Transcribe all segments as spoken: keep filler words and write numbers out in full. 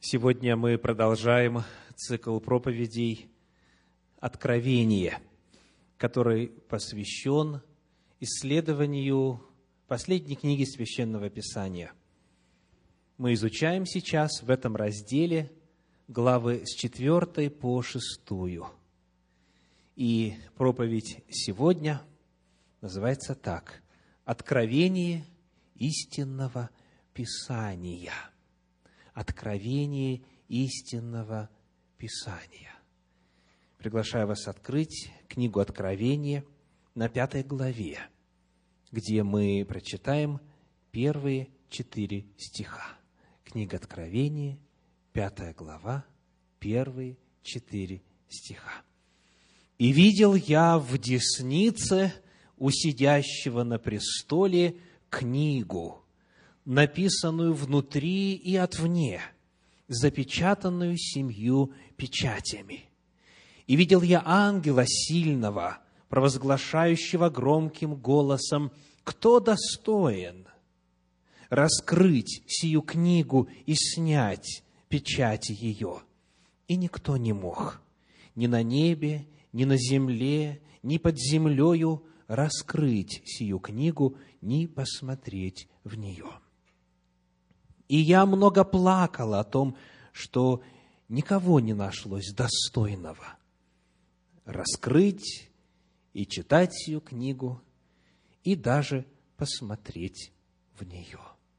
Сегодня мы продолжаем цикл проповедей «Откровение», который посвящен исследованию последней книги Священного Писания. Мы изучаем сейчас в этом разделе главы с четвертой по шестую. И проповедь сегодня называется так: «Откровение истинного Писания». Откровение истинного Писания. Приглашаю вас открыть книгу Откровения на пятой главе, где мы прочитаем первые четыре стиха. Книга Откровения, пятая глава, первые четыре стиха. «И видел я в деснице у сидящего на престоле книгу, написанную внутри и отвне, запечатанную семью печатями. И видел я ангела сильного, провозглашающего громким голосом: кто достоин раскрыть сию книгу и снять печати ее? И никто не мог ни на небе, ни на земле, ни под землею раскрыть сию книгу, ни посмотреть в нее. И я много плакала о том, что никого не нашлось достойного раскрыть и читать сию книгу, и даже посмотреть в нее».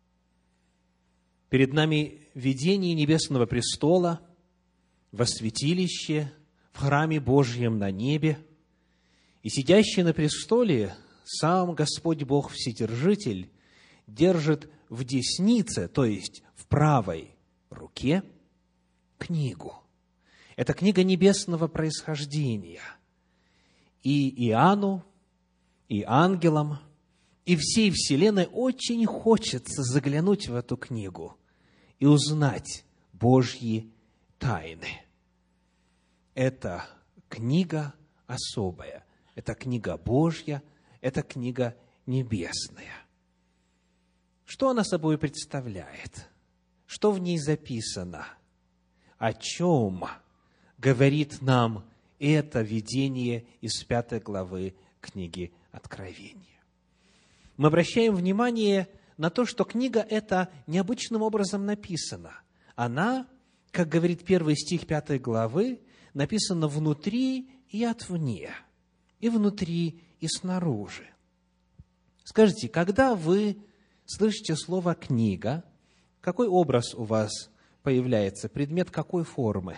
Перед нами видение небесного престола во святилище, в храме Божьем на небе, и сидящий на престоле сам Господь Бог Вседержитель держит в деснице, то есть в правой руке, книгу. Это книга небесного происхождения. И Иоанну, и ангелам, и всей вселенной очень хочется заглянуть в эту книгу и узнать Божьи тайны. Это книга особая, это книга Божья, это книга небесная. Что она собой представляет? Что в ней записано? О чем говорит нам это видение из пятой главы книги Откровения? Мы обращаем внимание на то, что книга эта необычным образом написана. Она, как говорит первый стих пятой главы, написана внутри и отвне, и внутри, и снаружи. Скажите, когда вы слышите слово «книга», какой образ у вас появляется? Предмет какой формы?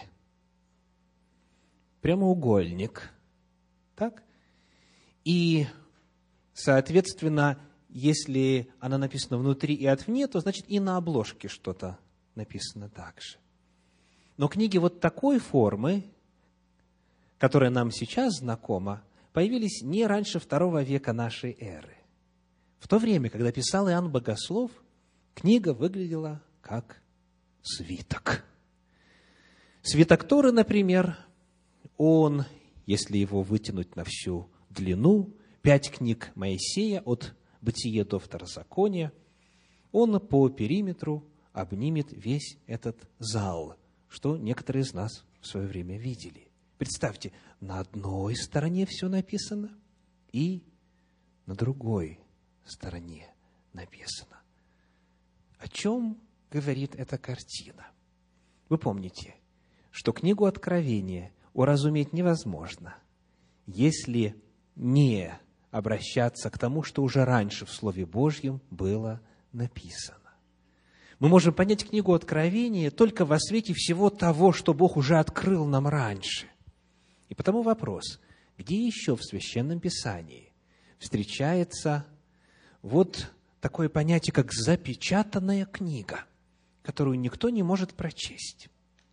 Прямоугольник. Так? И, соответственно, если она написана внутри и отвне, то значит и на обложке что-то написано так же. Но книги вот такой формы, которая нам сейчас знакома, появились не раньше второго века нашей эры. В то время, когда писал Иоанн Богослов, книга выглядела как свиток. Свиток Торы, например, он, если его вытянуть на всю длину, пять книг Моисея от Бытия до Второзакония, он по периметру обнимет весь этот зал, что некоторые из нас в свое время видели. Представьте, на одной стороне все написано, и на другой стороне написано. О чем говорит эта картина? Вы помните, что книгу Откровения уразуметь невозможно, если не обращаться к тому, что уже раньше в Слове Божьем было написано. Мы можем понять книгу Откровения только во свете всего того, что Бог уже открыл нам раньше. И потому вопрос: где еще в Священном Писании встречается вот такое понятие, как запечатанная книга, которую никто не может прочесть?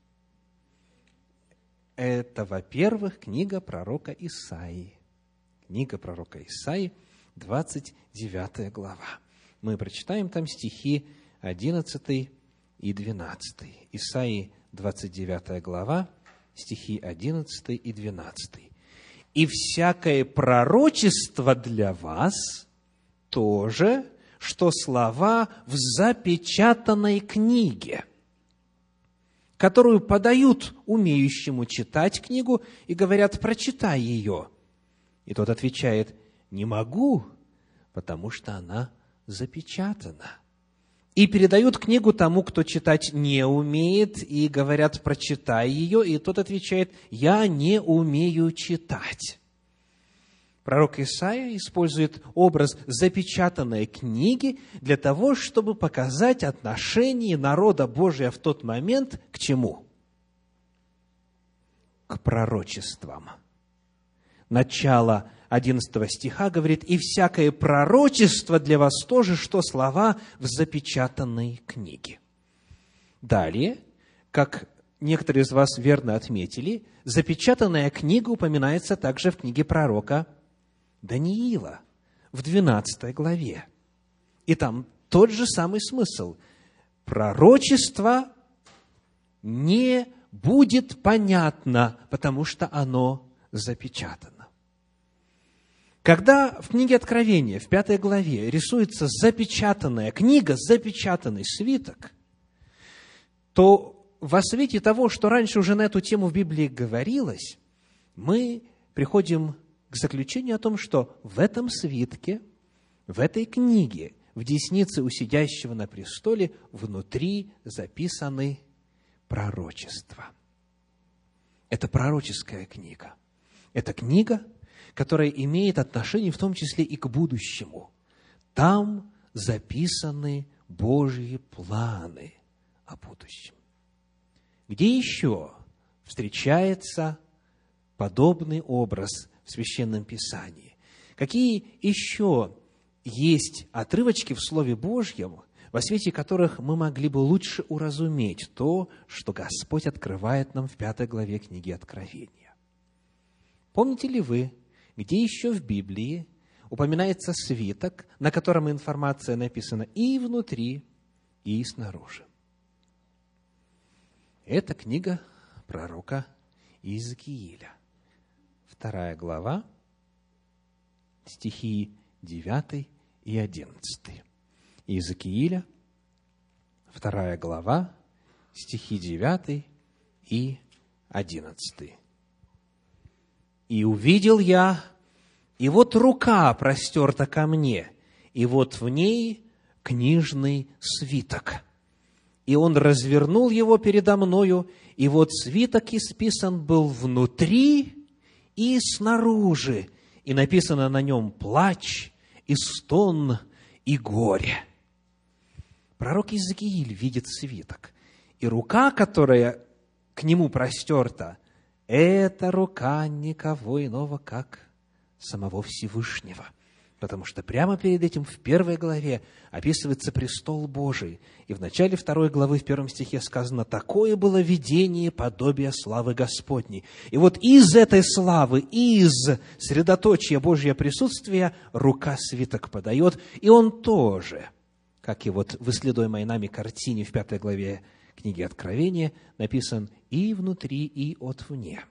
Это, во-первых, книга пророка Исаии. Книга пророка Исаии, двадцать девятая глава. Мы прочитаем там стихи одиннадцатый и двенадцатый. Исаии, двадцать девятая глава, стихи одиннадцатый и двенадцатый. «И всякое пророчество для вас тоже, что слова в запечатанной книге, которую подают умеющему читать книгу и говорят: прочитай ее. И тот отвечает: не могу, потому что она запечатана. И передают книгу тому, кто читать не умеет, и говорят: прочитай ее. И тот отвечает: я не умею читать. Пророк Исаия использует образ запечатанной книги для того, чтобы показать отношение народа Божия в тот момент к чему? К пророчествам. Начало одиннадцатого стиха говорит: «И всякое пророчество для вас тоже, что слова в запечатанной книге». Далее, как некоторые из вас верно отметили, запечатанная книга упоминается также в книге пророка Даниила в двенадцатой главе. И там тот же самый смысл. Пророчество не будет понятно, потому что оно запечатано. Когда в книге Откровения, в пятой главе, рисуется запечатанная книга, запечатанный свиток, то во свете того, что раньше уже на эту тему в Библии говорилось, мы приходим к заключению о том, что в этом свитке, в этой книге, в деснице у сидящего на престоле, внутри записаны пророчества. Это пророческая книга. Это книга, которая имеет отношение в том числе и к будущему. Там записаны Божьи планы о будущем. Где еще встречается подобный образ в Священном Писании? Какие еще есть отрывочки в Слове Божьем, во свете которых мы могли бы лучше уразуметь то, что Господь открывает нам в пятой главе книги Откровения? Помните ли вы, где еще в Библии упоминается свиток, на котором информация написана и внутри, и снаружи? Это книга пророка Иезекииля. Вторая глава, стихи девятый и одиннадцатый. Иезекииля, вторая глава, стихи девятый и одиннадцатый. «И увидел я, и вот рука простерта ко мне, и вот в ней книжный свиток. И он развернул его передо мною, и вот свиток исписан был внутри и снаружи, и написано на нем плач, и стон, и горе». Пророк Иезекииль видит свиток, и рука, которая к нему простерта, это рука никого иного, как самого Всевышнего. Потому что прямо перед этим в первой главе описывается престол Божий. И в начале второй главы, в первом стихе сказано: «Такое было видение подобия славы Господней». И вот из этой славы, из средоточия Божьего присутствия рука свиток подает. И он тоже, как и вот в исследуемой нами картине в пятой главе книги Откровения, написан и внутри, и отвне.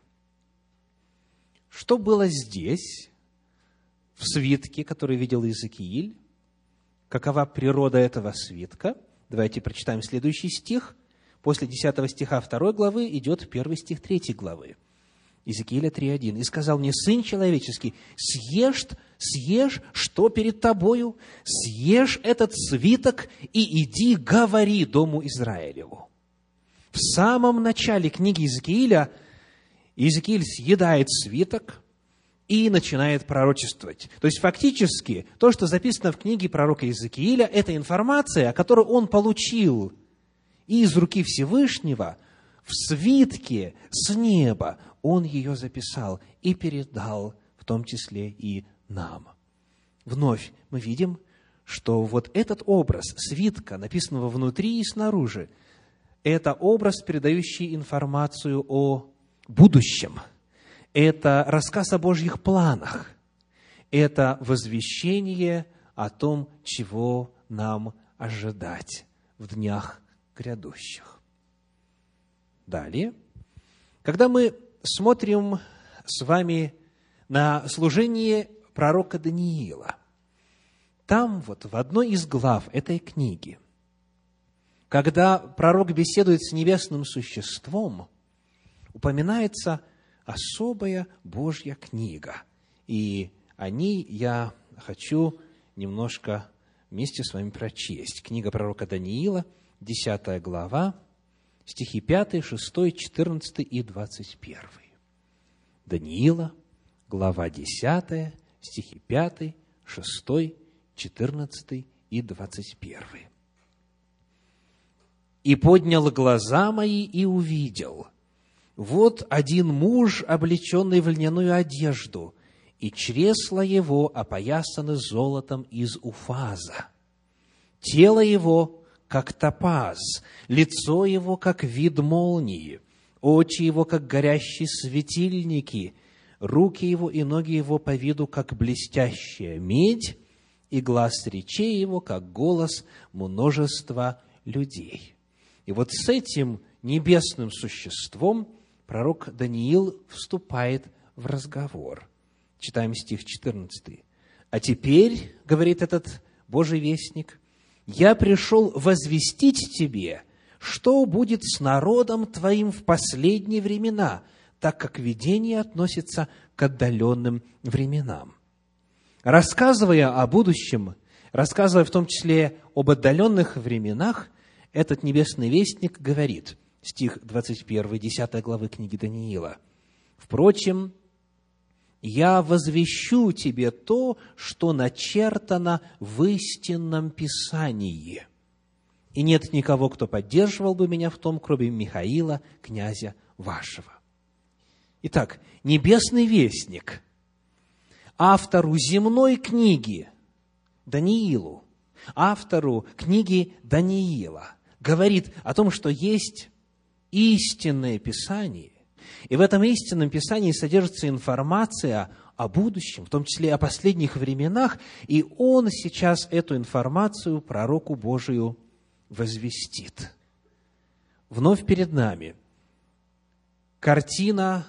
Что было здесь, в свитке, который видел Иезекииль? Какова природа этого свитка? Давайте прочитаем следующий стих. После десятого стиха второй главы идет первый стих третьей главы. Иезекииля три один. «И сказал мне: сын человеческий, съешь, съешь, что перед тобою, съешь этот свиток и иди говори дому Израилеву». В самом начале книги Иезекииля Иезекииль съедает свиток и начинает пророчествовать. То есть, фактически, то, что записано в книге пророка Иезекииля, это информация, которую он получил из руки Всевышнего в свитке с неба. Он ее записал и передал, в том числе и нам. Вновь мы видим, что вот этот образ свитка, написанного внутри и снаружи, это образ, передающий информацию о будущем. Это рассказ о Божьих планах. Это возвещение о том, чего нам ожидать в днях грядущих. Далее, когда мы смотрим с вами на служение пророка Даниила, там вот в одной из глав этой книги, когда пророк беседует с небесным существом, упоминается особая Божья книга. И о ней я хочу немножко вместе с вами прочесть. Книга пророка Даниила, десятая глава, стихи пятый, шестой, четырнадцатый и двадцать первый. Даниила, глава десятая, стихи пятый, шестой, четырнадцатый и двадцать первый. «И поднял глаза мои и увидел, вот один муж, облеченный в льняную одежду, и чресла его опоясаны золотом из Уфаза. Тело его, как топаз, лицо его, как вид молнии, очи его, как горящие светильники, руки его и ноги его по виду, как блестящая медь, и глас речей его, как голос множества людей». И вот с этим небесным существом пророк Даниил вступает в разговор. Читаем стих четырнадцатый. «А теперь, — говорит этот Божий вестник, — я пришел возвестить тебе, что будет с народом твоим в последние времена, так как видение относится к отдаленным временам». Рассказывая о будущем, рассказывая в том числе об отдаленных временах, этот небесный вестник говорит, стих двадцать один, десятой главы книги Даниила: «Впрочем, я возвещу тебе то, что начертано в истинном Писании, и нет никого, кто поддерживал бы меня в том, кроме Михаила, князя вашего». Итак, небесный вестник автору земной книги Даниилу, автору книги Даниила, говорит о том, что есть истинное Писание, и в этом истинном Писании содержится информация о будущем, в том числе о последних временах, и он сейчас эту информацию пророку Божию возвестит. Вновь перед нами картина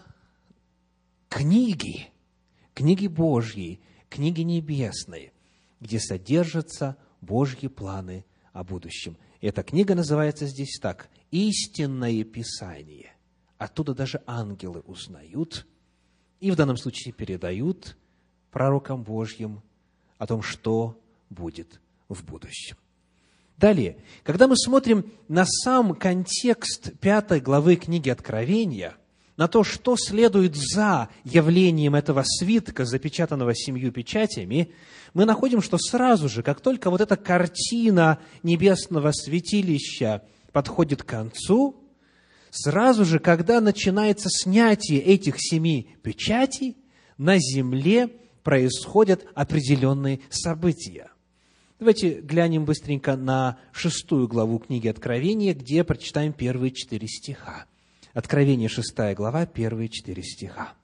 книги, книги Божьей, книги небесной, где содержатся Божьи планы о будущем. Эта книга называется здесь так: «Истинное Писание». Оттуда даже ангелы узнают и в данном случае передают пророкам Божьим о том, что будет в будущем. Далее, когда мы смотрим на сам контекст пятой главы книги Откровения, на то, что следует за явлением этого свитка, запечатанного семью печатями, мы находим, что сразу же, как только вот эта картина небесного святилища подходит к концу, сразу же, когда начинается снятие этих семи печатей, на земле происходят определенные события. Давайте глянем быстренько на шестую главу книги Откровения, где прочитаем первые четыре стиха. Откровение, шестая глава, первые четыре стиха.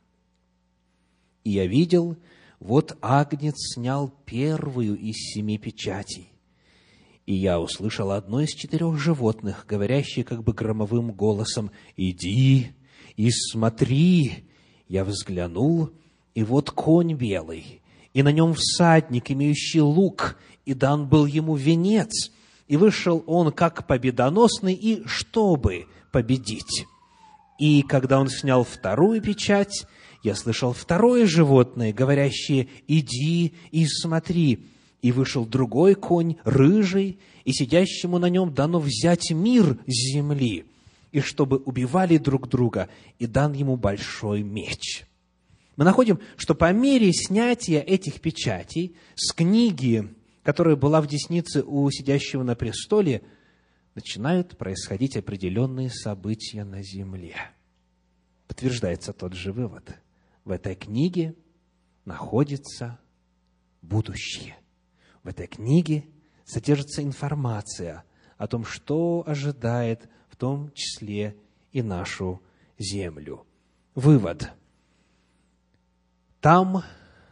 «И я видел, вот Агнец снял первую из семи печатей, и я услышал одно из четырех животных, говорящее как бы громовым голосом: „Иди и смотри!“ Я взглянул, и вот конь белый, и на нем всадник, имеющий лук, и дан был ему венец, и вышел он как победоносный, и чтобы победить. И когда он снял вторую печать, я слышал второе животное, говорящее: „Иди и смотри!“ И вышел другой конь, рыжий, и сидящему на нем дано взять мир с земли, и чтобы убивали друг друга, и дан ему большой меч». Мы находим, что по мере снятия этих печатей с книги, которая была в деснице у сидящего на престоле, начинают происходить определенные события на земле. Подтверждается тот же вывод. В этой книге находится будущее. В этой книге содержится информация о том, что ожидает в том числе и нашу землю. Вывод. Там,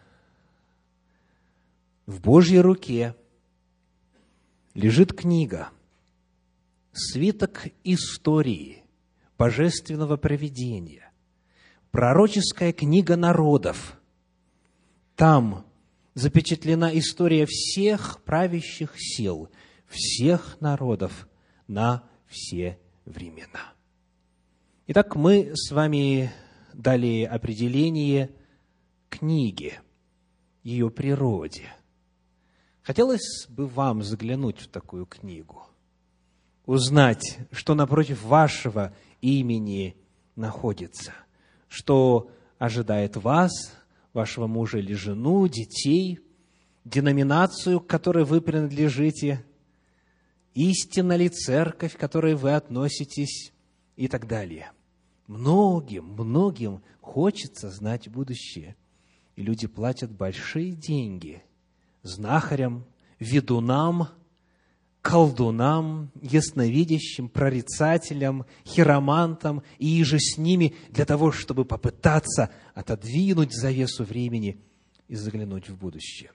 в Божьей руке, лежит книга, свиток истории, божественного провидения, пророческая книга народов. Там запечатлена история всех правящих сил, всех народов на все времена. Итак, мы с вами дали определение книге, ее природе. Хотелось бы вам заглянуть в такую книгу, узнать, что напротив вашего имени находится, что ожидает вас, вашего мужа или жену, детей, деноминацию, к которой вы принадлежите, истинна ли церковь, к которой вы относитесь и так далее. Многим, многим хочется знать будущее. И люди платят большие деньги знахарям, ведунам, колдунам, ясновидящим, прорицателям, хиромантам и иже с ними для того, чтобы попытаться отодвинуть завесу времени и заглянуть в будущее.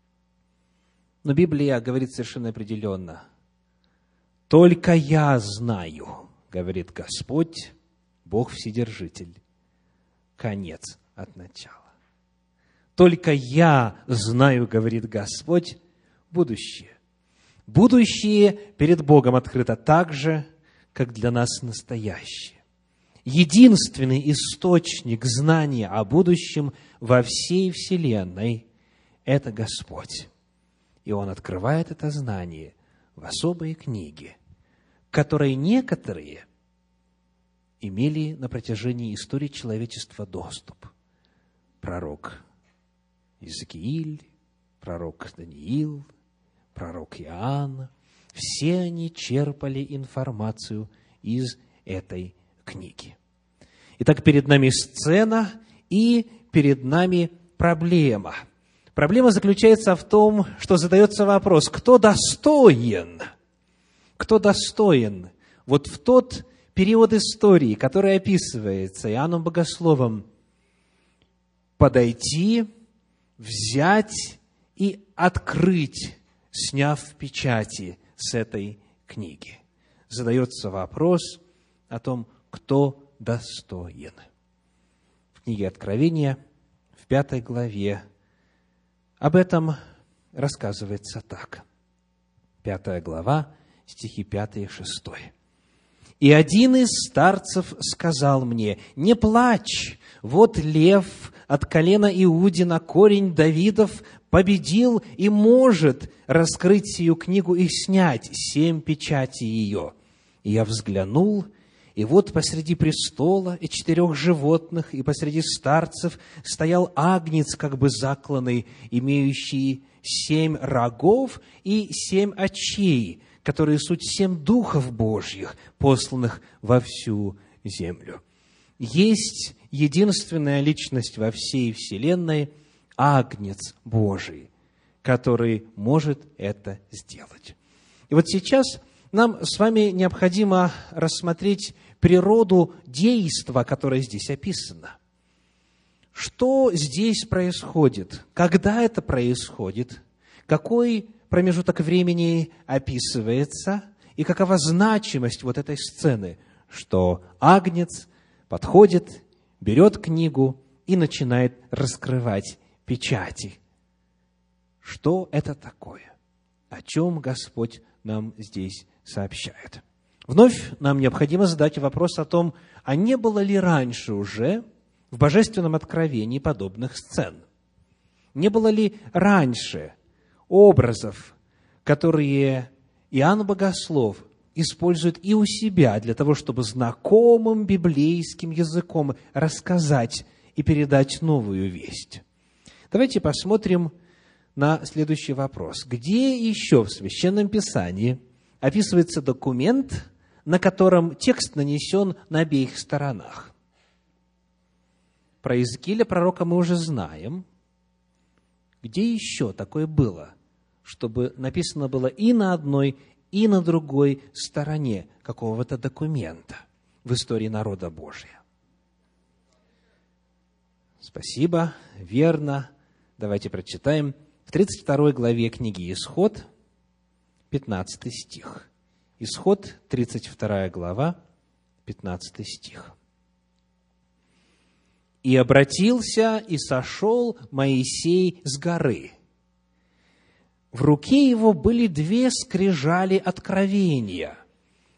Но Библия говорит совершенно определенно: «Только я знаю, — говорит Господь, Бог Вседержитель, — конец от начала». Только я знаю, говорит Господь, будущее. Будущее перед Богом открыто так же, как для нас настоящее. Единственный источник знания о будущем во всей вселенной – это Господь. И Он открывает это знание в особой книге, к которой некоторые имели на протяжении истории человечества доступ. Пророк Иезекииль, пророк Даниил, пророк Иоанн, все они черпали информацию из этой книги. Итак, перед нами сцена и перед нами проблема. Проблема заключается в том, что задается вопрос: кто достоин? Кто достоин вот в тот период истории, который описывается Иоанном Богословом, подойти, взять и открыть, сняв печати с этой книги? Задается вопрос о том, кто достоин. В книге Откровения, в пятой главе, об этом рассказывается так. Пятая глава, стихи пятый и шестой. «И один из старцев сказал мне: не плачь, вот лев от колена Иудина, корень Давидов, победил и может раскрыть сию книгу и снять семь печатей ее. И я взглянул, и вот посреди престола и четырех животных, и посреди старцев стоял агнец, как бы закланный, имеющий семь рогов и семь очей, которые суть семь духов Божьих, посланных во всю землю». Есть единственная личность во всей вселенной – Агнец Божий, который может это сделать. И вот сейчас нам с вами необходимо рассмотреть природу действа, которое здесь описано. Что здесь происходит? Когда это происходит? Какой промежуток времени описывается? И какова значимость вот этой сцены, что Агнец подходит, берет книгу и начинает раскрывать печати? Что это такое? О чем Господь нам здесь сообщает? Вновь нам необходимо задать вопрос о том, а не было ли раньше уже в Божественном откровении подобных сцен? Не было ли раньше образов, которые Иоанн Богослов использует и у себя для того, чтобы знакомым библейским языком рассказать и передать новую весть? Давайте посмотрим на следующий вопрос. Где еще в Священном Писании описывается документ, на котором текст нанесен на обеих сторонах? Про Иезекииля пророка мы уже знаем. Где еще такое было, чтобы написано было и на одной, и на другой стороне какого-то документа в истории народа Божия? Спасибо, верно. Давайте прочитаем. В тридцать второй главе книги Исход, пятнадцатый стих. Исход, тридцать вторая глава, пятнадцатый стих. «И обратился, и сошел Моисей с горы. В руке его были две скрижали откровения,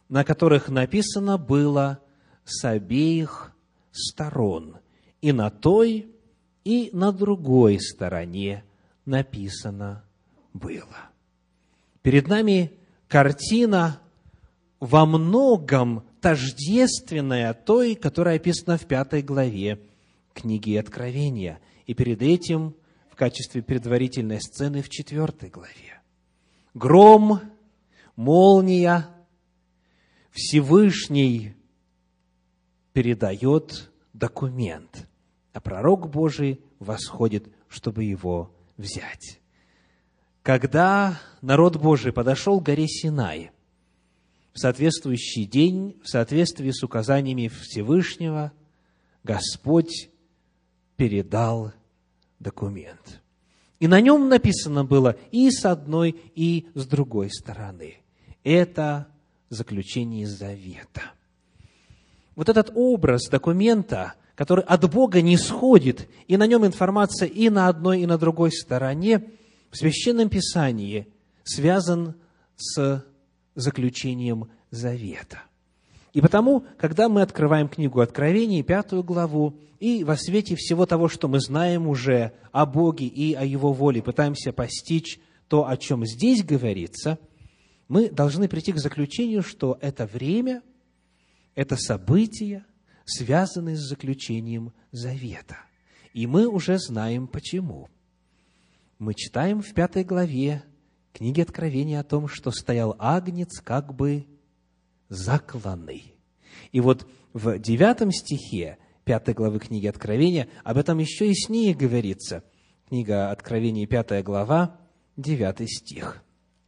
на которых написано было с обеих сторон. И на той, и на другой стороне написано было. Перед нами картина во многом тождественная той, которая описана в пятой главе книги Откровения. И перед этим в качестве предварительной сцены в четвертой главе. Гром, молния, Всевышний передает документ, а пророк Божий восходит, чтобы его взять. Когда народ Божий подошел к горе Синай, в соответствующий день, в соответствии с указаниями Всевышнего, Господь передал документ. И на нем написано было и с одной, и с другой стороны. Это заключение завета. Вот этот образ документа, который от Бога не сходит, и на нем информация и на одной, и на другой стороне, в Священном Писании связан с заключением завета. И потому, когда мы открываем книгу Откровения, пятую главу, и во свете всего того, что мы знаем уже о Боге и о Его воле, пытаемся постичь то, о чем здесь говорится, мы должны прийти к заключению, что это время, это события, связаны с заключением завета. И мы уже знаем почему. Мы читаем в пятой главе книги Откровения о том, что стоял агнец как бы закланный. И вот в девятом стихе пятой главы книги Откровения об этом еще яснее говорится. Книга Откровения, пятая глава, девятый стих.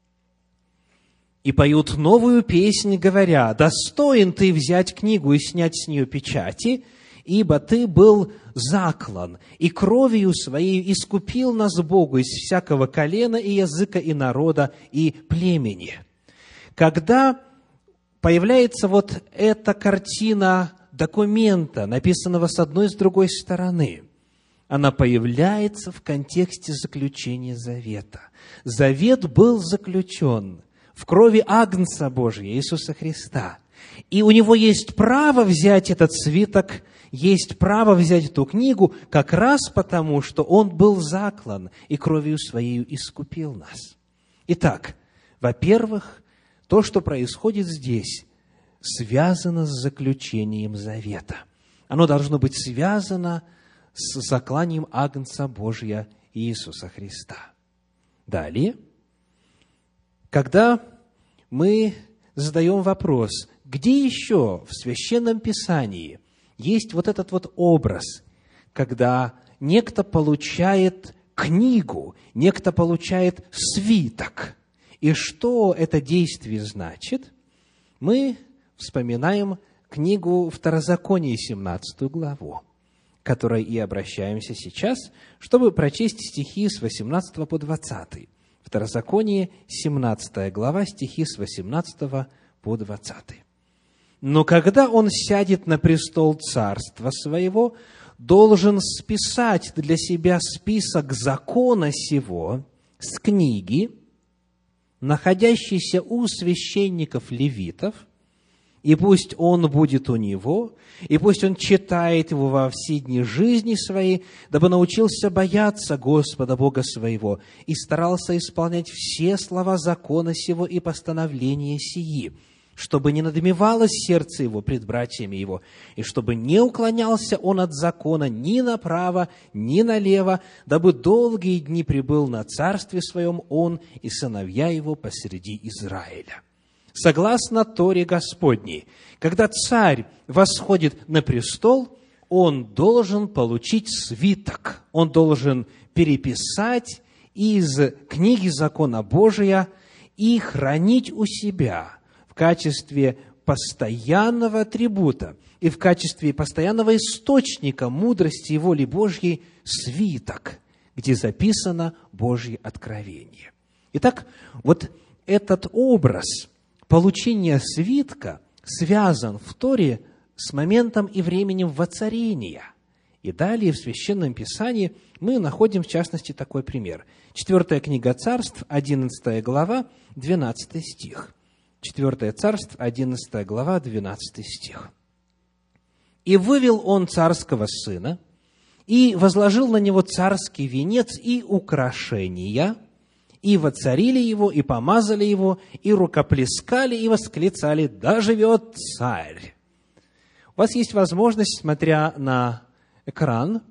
«И поют новую песнь, говоря: достоин ты взять книгу и снять с нее печати, ибо ты был заклан, и кровью своей искупил нас Богу из всякого колена и языка и народа и племени». Когда появляется вот эта картина документа, написанного с одной и с другой стороны, она появляется в контексте заключения завета. Завет был заключен в крови Агнца Божия, Иисуса Христа. И у него есть право взять этот свиток, есть право взять эту книгу, как раз потому, что он был заклан и кровью своей искупил нас. Итак, во-первых, то, что происходит здесь, связано с заключением завета. Оно должно быть связано с закланием Агнца Божия Иисуса Христа. Далее, когда мы задаем вопрос, где еще в Священном Писании есть вот этот вот образ, когда некто получает книгу, некто получает свиток, и что это действие значит, мы вспоминаем книгу Второзакония, семнадцатую главу, к которой и обращаемся сейчас, чтобы прочесть стихи с восемнадцатого по двадцатый. Второзаконие, семнадцатая глава, стихи с восемнадцатого по двадцатый. «Но когда он сядет на престол царства своего, должен списать для себя список закона сего с книги, находящейся у священников-левитов, и пусть он будет у него, и пусть он читает его во все дни жизни своей, дабы научился бояться Господа Бога своего и старался исполнять все слова закона сего и постановления сии, чтобы не надмевалось сердце его пред братьями его, и чтобы не уклонялся он от закона ни направо, ни налево, дабы долгие дни пребыл на царстве своем он и сыновья его посреди Израиля. Согласно Торе Господней, когда царь восходит на престол, он должен получить свиток, он должен переписать из книги закона Божия и хранить у себя в качестве постоянного атрибута и в качестве постоянного источника мудрости и воли Божьей свиток, где записано Божье откровение. Итак, вот этот образ получение свитка связан в Торе с моментом и временем воцарения. И далее в Священном Писании мы находим, в частности, такой пример. Четвертая книга Царств, одиннадцатая глава, двенадцатый стих. Четвертое царство, одиннадцатая глава, двенадцатый стих. «И вывел он царского сына, и возложил на него царский венец и украшения, и воцарили его, и помазали его, и рукоплескали, и восклицали: да живет царь!» У вас есть возможность, смотря на экран,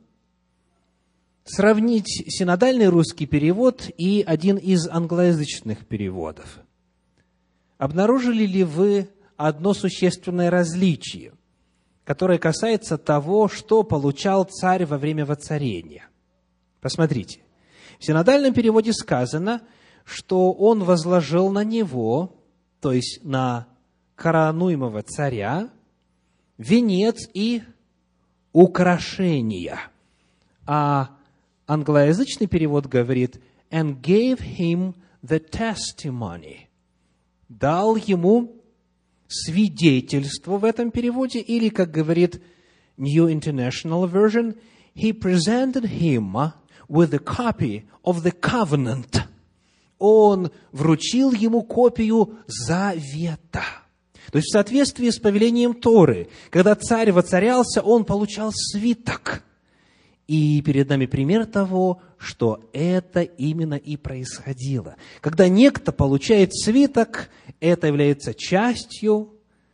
сравнить синодальный русский перевод и один из англоязычных переводов. Обнаружили ли вы одно существенное различие, которое касается того, что получал царь во время воцарения? Посмотрите. В синодальном переводе сказано, что он возложил на него, то есть на коронуемого царя, венец и украшения. А англоязычный перевод говорит «and gave him the testimony». Дал ему свидетельство в этом переводе, или, как говорит New International Version, he presented him with a copy of the covenant. Он вручил ему копию завета. То есть в соответствии с повелением Торы, когда царь воцарялся, он получал свиток. И перед нами пример того, что это именно и происходило. Когда некто получает свиток, это является частью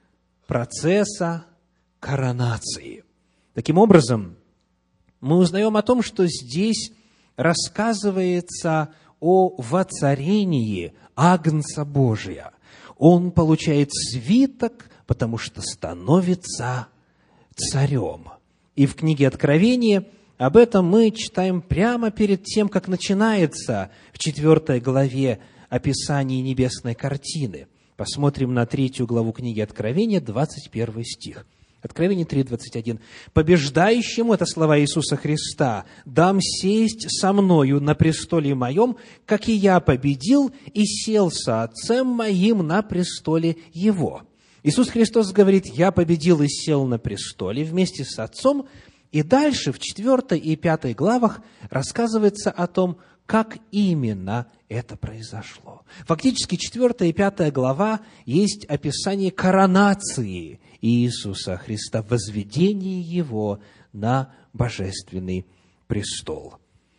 процесса коронации. Таким образом, мы узнаем о том, что здесь рассказывается о воцарении Агнца Божия. Он получает свиток, потому что становится царем. И в книге Откровения об этом мы читаем прямо перед тем, как начинается в четвертой главе описание небесной картины. Посмотрим на третью главу книги Откровения, двадцать первый стих. Откровение три, двадцать один. «Побеждающему», это слова Иисуса Христа, «дам сесть со мною на престоле моем, как и я победил и сел со Отцем моим на престоле его». Иисус Христос говорит: «Я победил и сел на престоле вместе с Отцом». И дальше в четвертой и пятой главах рассказывается о том, как именно это произошло. Фактически четвертая и пятая глава есть описание коронации Иисуса Христа, возведение Его на божественный престол.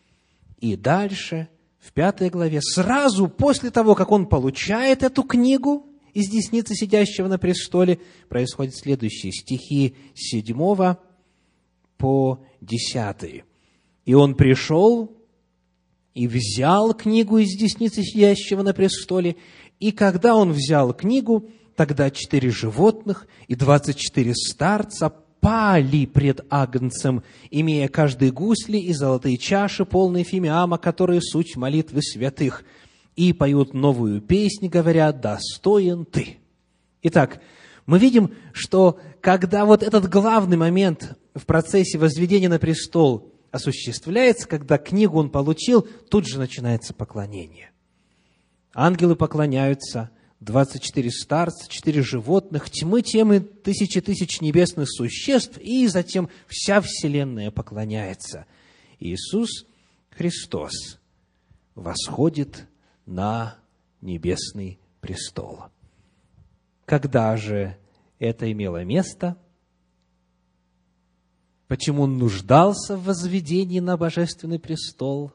И дальше, в пятой главе, сразу после того, как Он получает эту книгу из десницы сидящего на престоле, происходят следующие стихи с седьмого по десятый. «И он пришел и взял книгу из десницы сидящего на престоле, и когда он взял книгу, тогда четыре животных и двадцать четыре старца пали пред Агнцем, имея каждый гусли и золотые чаши, полные фимиама, которые суть молитвы святых, и поют новую песнь, говоря: достоин ты». Итак, мы видим, что когда вот этот главный момент в процессе возведения на престол осуществляется, когда книгу он получил, тут же начинается поклонение. Ангелы поклоняются, двадцать четыре старца, четыре животных, тьмы, темы, тысячи тысяч небесных существ, и затем вся вселенная поклоняется. Иисус Христос восходит на небесный престол. Когда же это имело место? Почему он нуждался в возведении на божественный престол?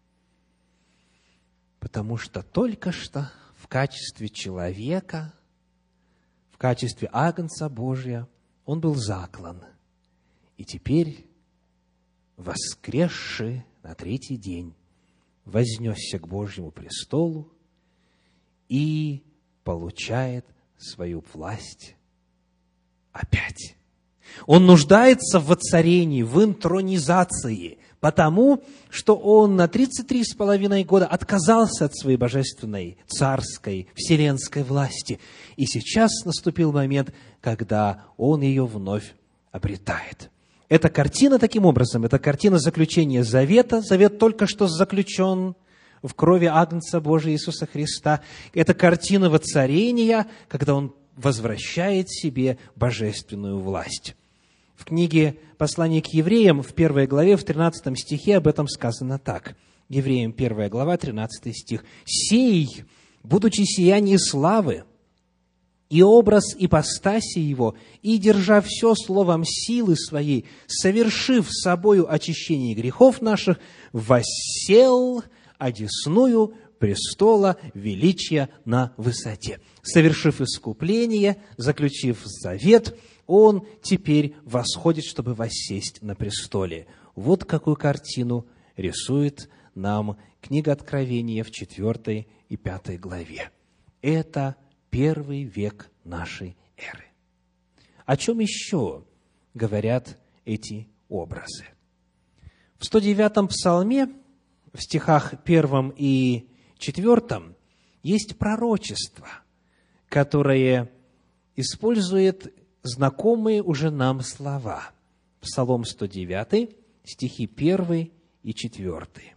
Потому что только что в качестве человека, в качестве Агнца Божия, он был заклан. И теперь, воскресший на третий день, вознесся к Божьему престолу и получает свою власть опять. Он нуждается в воцарении, в интронизации, потому что он на тридцать три с половиной года отказался от своей божественной, царской, вселенской власти. И сейчас наступил момент, когда он ее вновь обретает. Эта картина, таким образом, это картина заключения завета. Завет только что заключен в крови Агнца Божия Иисуса Христа. Это картина воцарения, когда он возвращает себе божественную власть. В книге «Послание к евреям» в первой главе, в тринадцатом стихе об этом сказано так. Евреям первая глава, тринадцатый стих. «Сей, будучи сияние славы и образ ипостаси Его, и, держа все словом силы Своей, совершив собою очищение грехов наших, воссел одесную престола величия на высоте. Совершив искупление, заключив завет, Он теперь восходит, чтобы воссесть на престоле. Вот какую картину рисует нам книга Откровения в четвёртой и пятой главе. Это первый век нашей эры. О чем еще говорят эти образы? В сто девятом псалме, в стихах первом и четвертом, есть пророчество, которое использует знакомые уже нам слова. Псалом сто девятый, стихи первый и четвертый.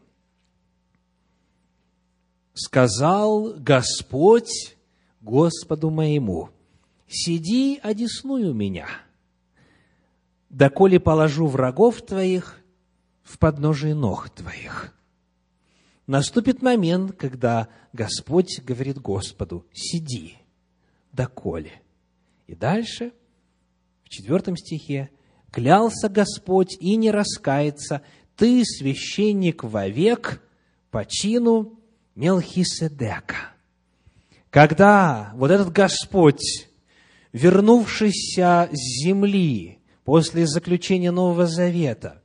«Сказал Господь Господу моему: сиди одесную меня, доколе положу врагов твоих в подножие ног твоих». Наступит момент, когда Господь говорит Господу: сиди, доколе. И дальше, в четвертом стихе, «Клялся Господь и не раскается, ты священник вовек по чину Мелхиседека». Когда вот этот Господь, вернувшийся с земли после заключения Нового Завета,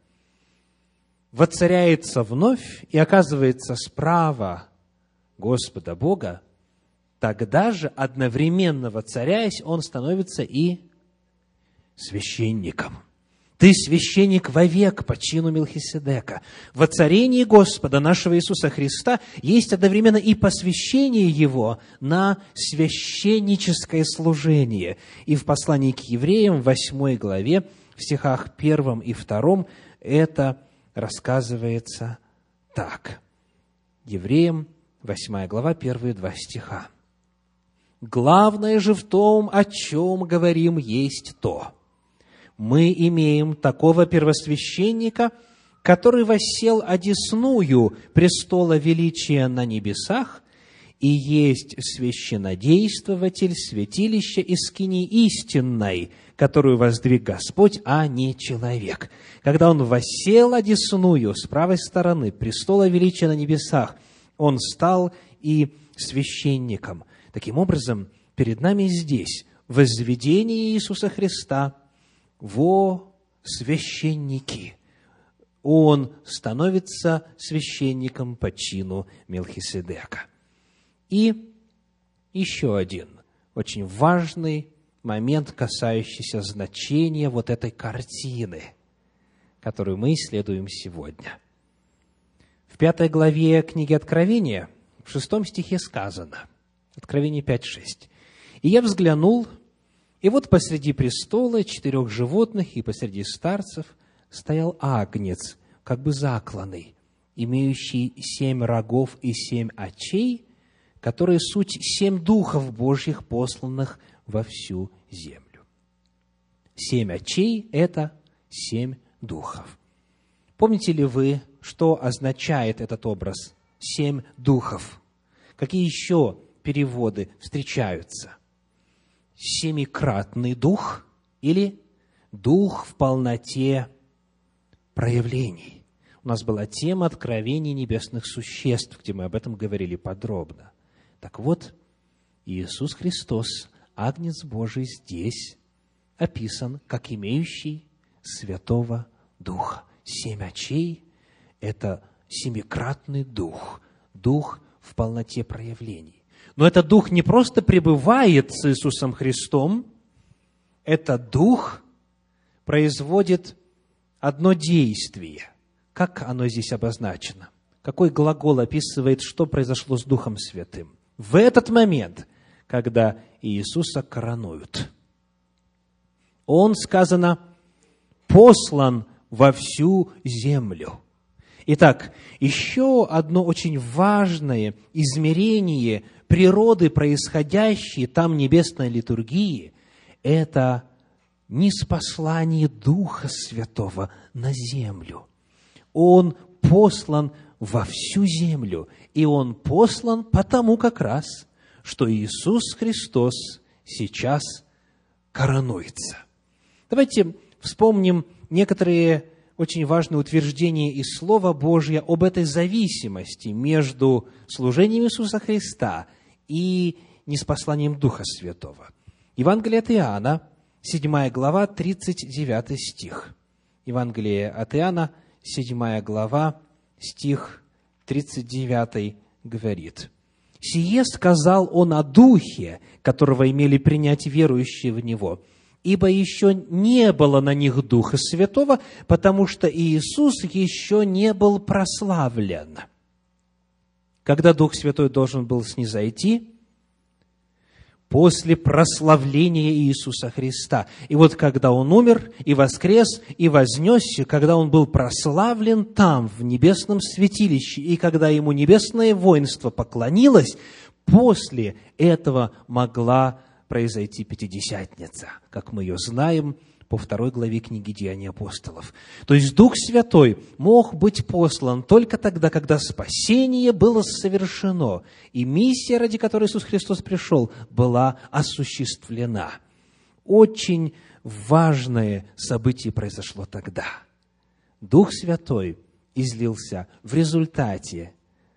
воцаряется вновь и оказывается справа Господа Бога, тогда же, одновременно воцаряясь, Он становится и священником. Ты священник вовек по чину Мелхиседека. Воцарение Господа нашего Иисуса Христа есть одновременно и посвящение Его на священническое служение. И в послании к евреям, в восьмой главе, в стихах первом и втором, это рассказывается так. Евреям, восьмая глава, первые два стиха. «Главное же в том, о чем говорим, есть то. Мы имеем такого первосвященника, который воссел одесную престола величия на небесах и есть священнодействователь святилища и скинии истинной, которую воздвиг Господь, а не человек. Когда Он воссел одесную с правой стороны престола величия на небесах, Он стал и священником». Таким образом, перед нами здесь возведение Иисуса Христа во священники. Он становится священником по чину Мелхиседека. И еще один очень важный момент, касающийся значения вот этой картины, которую мы исследуем сегодня. В пятой главе книги Откровения, в шестом стихе сказано, Откровение пять шесть. «И я взглянул, и вот посреди престола четырех животных и посреди старцев стоял агнец, как бы закланный, имеющий семь рогов и семь очей, которые суть семь духов Божьих, посланных во всю землю». Семь очей – это семь духов. Помните ли вы, что означает этот образ «семь духов»? Какие еще переводы встречаются? Семикратный дух или дух в полноте проявлений. У нас была тема откровений небесных существ, где мы об этом говорили подробно. Так вот, Иисус Христос, Агнец Божий, здесь описан как имеющий Святого Духа. Семь очей – это семикратный дух, дух в полноте проявлений. Но этот дух не просто пребывает с Иисусом Христом, этот дух производит одно действие. Как оно здесь обозначено? Какой глагол описывает, что произошло с Духом Святым? В этот момент, когда Иисуса коронуют, Он, сказано, послан во всю землю. Итак, еще одно очень важное измерение природы, происходящей там небесной литургии, это ниспослание Духа Святого на землю. Он послан во всю землю, и Он послан потому как раз, что Иисус Христос сейчас коронуется. Давайте вспомним некоторые очень важные утверждения из Слова Божьего об этой зависимости между служением Иисуса Христа и ниспосланием Духа Святого. Евангелие от Иоанна, седьмая глава, тридцать девятый стих. Евангелие от Иоанна, седьмая глава, стих тридцать девятый говорит: «Сие сказал он о Духе, которого имели принять верующие в Него, ибо еще не было на них Духа Святого, потому что Иисус еще не был прославлен». Когда Дух Святой должен был снизойти? После прославления Иисуса Христа. И вот когда Он умер, и воскрес, и вознесся, когда Он был прославлен там, в небесном святилище, и когда Ему небесное воинство поклонилось, после этого могла произойти Пятидесятница, как мы ее знаем по второй главе книги «Деяний апостолов». То есть Дух Святой мог быть послан только тогда, когда спасение было совершено, и миссия, ради которой Иисус Христос пришел, была осуществлена. Очень важное событие произошло тогда. Дух Святой излился в результате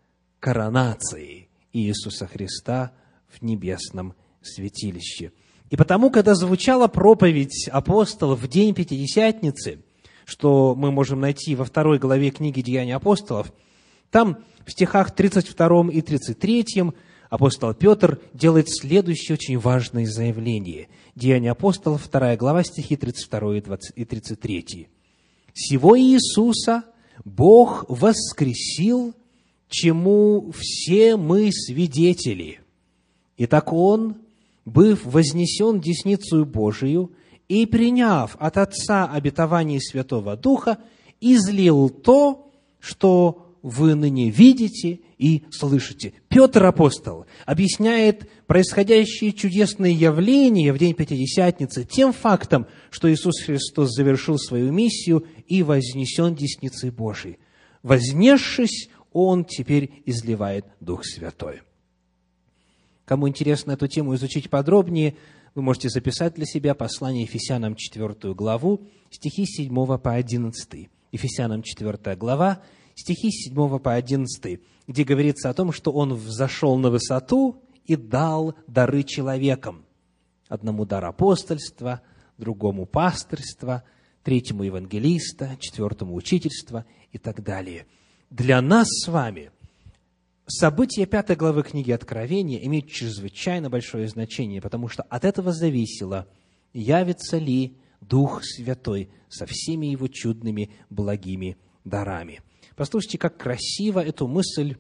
коронации Иисуса Христа в небесном святилище. И потому, когда звучала проповедь апостолов в день Пятидесятницы, что мы можем найти во второй главе книги «Деяний апостолов», там в стихах тридцать втором и тридцать третьем апостол Петр делает следующее очень важное заявление. Деяния апостолов, вторая глава, стихи тридцать второй и тридцать третий. «Сего Иисуса Бог воскресил, чему все мы свидетели. Итак, Он, быв вознесен десницею Божию и приняв от Отца обетование Святого Духа, излил то, что вы ныне видите и слышите». Петр апостол объясняет происходящие чудесные явления в день Пятидесятницы тем фактом, что Иисус Христос завершил свою миссию и вознесен десницей Божией. Вознесшись, Он теперь изливает Дух Святой. Кому интересно эту тему изучить подробнее, вы можете записать для себя послание Ефесянам четвёртую главу, стихи с седьмого по одиннадцатый. Ефесянам четвёртая глава, стихи с седьмого по одиннадцатый, где говорится о том, что Он взошел на высоту и дал дары человекам. Одному дар апостольства, другому пастырства, третьему евангелиста, четвертому учительства и так далее. Для нас с вами события пятой главы книги Откровения имеют чрезвычайно большое значение, потому что от этого зависело, явится ли Дух Святой со всеми Его чудными, благими дарами. Послушайте, как красиво эту мысль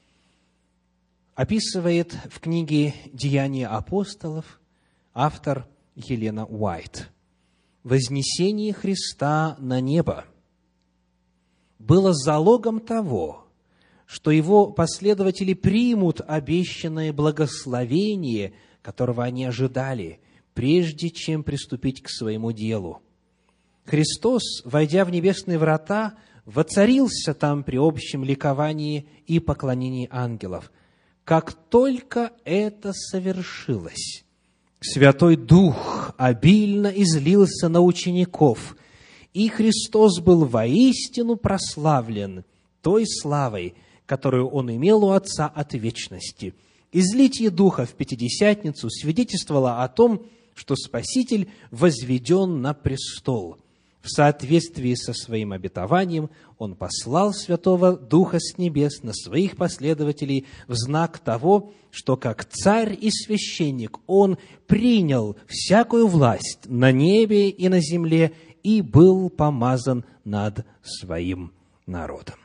описывает в книге «Деяния апостолов» автор Елена Уайт. Вознесение Христа на небо было залогом того, что Его последователи примут обещанное благословение, которого они ожидали, прежде чем приступить к своему делу. Христос, войдя в небесные врата, воцарился там при общем ликовании и поклонении ангелов. Как только это совершилось, Святой Дух обильно излился на учеников, и Христос был воистину прославлен той славой, которую Он имел у Отца от вечности. Излитие Духа в Пятидесятницу свидетельствовало о том, что Спаситель возведен на престол. В соответствии со своим обетованием Он послал Святого Духа с небес на своих последователей в знак того, что как царь и священник Он принял всякую власть на небе и на земле и был помазан над своим народом.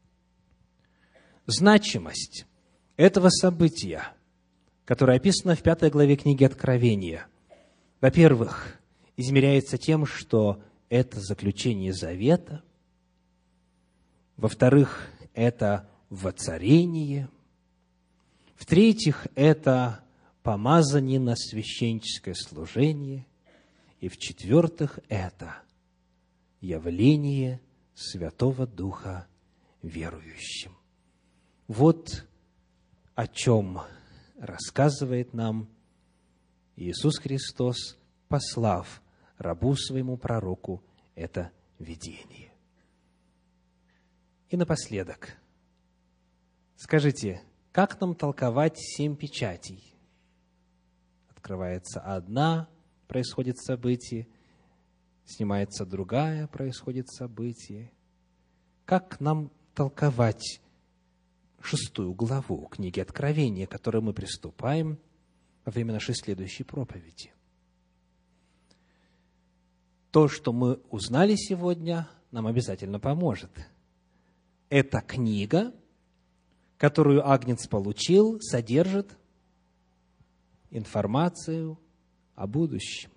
Значимость этого события, которое описано в пятой главе книги Откровения, во-первых, измеряется тем, что это заключение завета, во-вторых, это воцарение, в-третьих, это помазание на священническое служение, и в-четвертых, это явление Святого Духа верующим. Вот о чем рассказывает нам Иисус Христос, послав рабу своему пророку это видение. И напоследок, скажите, как нам толковать семь печатей? Открывается одна, происходит событие, снимается другая, происходит событие. Как нам толковать шестую главу книги Откровения, к которой мы приступаем во время нашей следующей проповеди? То, что мы узнали сегодня, нам обязательно поможет. Эта книга, которую Агнец получил, содержит информацию о будущем.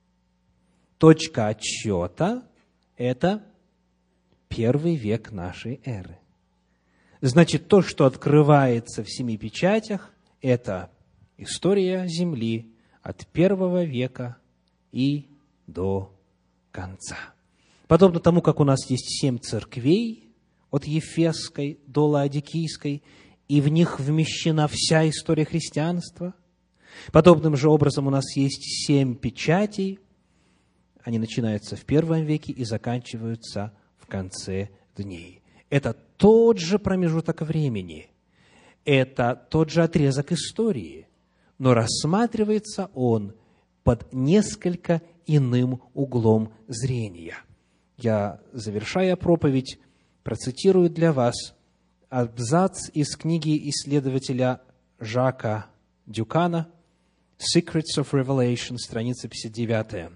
Точка отсчета – это первый век нашей эры. Значит, то, что открывается в семи печатях, это история Земли от первого века и до конца. Подобно тому, как у нас есть семь церквей, от Ефесской до Лаодикийской, и в них вмещена вся история христианства, подобным же образом у нас есть семь печатей. Они начинаются в первом веке и заканчиваются в конце дней. Это тот же промежуток времени, это тот же отрезок истории, но рассматривается он под несколько иным углом зрения. Я, завершая проповедь, процитирую для вас абзац из книги исследователя Жака Дюкана «Secrets of Revelation», страница пятьдесят девятая.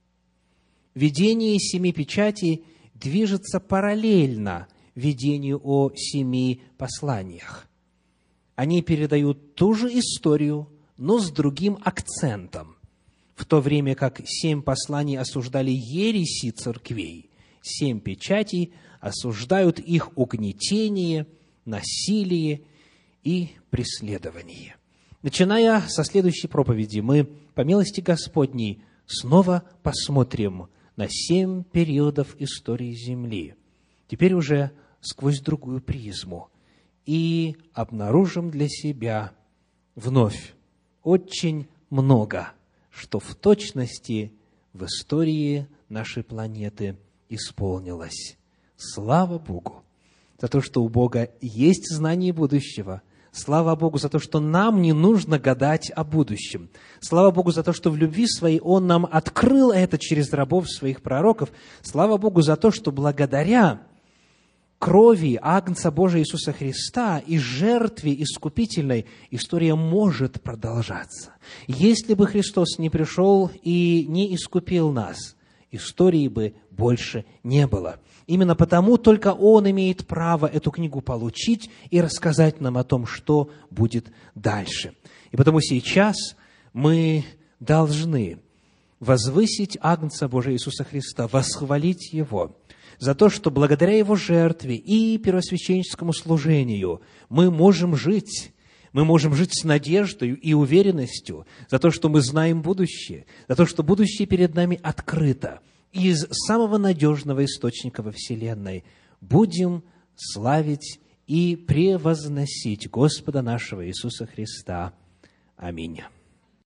Видение семи печатей движется параллельно видению о семи посланиях. Они передают ту же историю, но с другим акцентом. В то время как семь посланий осуждали ереси церквей, семь печатей осуждают их угнетение, насилие и преследование. Начиная со следующей проповеди, мы, по милости Господней, снова посмотрим на семь периодов истории Земли, теперь уже сквозь другую призму, и обнаружим для себя вновь очень много, что в точности в истории нашей планеты исполнилось. Слава Богу за то, что у Бога есть знание будущего. Слава Богу за то, что нам не нужно гадать о будущем. Слава Богу за то, что в любви Своей Он нам открыл это через рабов Своих пророков. Слава Богу за то, что благодаря крови Агнца Божия Иисуса Христа и жертве искупительной история может продолжаться. Если бы Христос не пришел и не искупил нас, истории бы больше не было. Именно потому только Он имеет право эту книгу получить и рассказать нам о том, что будет дальше. И потому сейчас мы должны возвысить Агнца Божия Иисуса Христа, восхвалить Его за то, что благодаря Его жертве и первосвященническому служению мы можем жить, мы можем жить с надеждой и уверенностью за то, что мы знаем будущее, за то, что будущее перед нами открыто. Из самого надежного источника во Вселенной будем славить и превозносить Господа нашего Иисуса Христа. Аминь.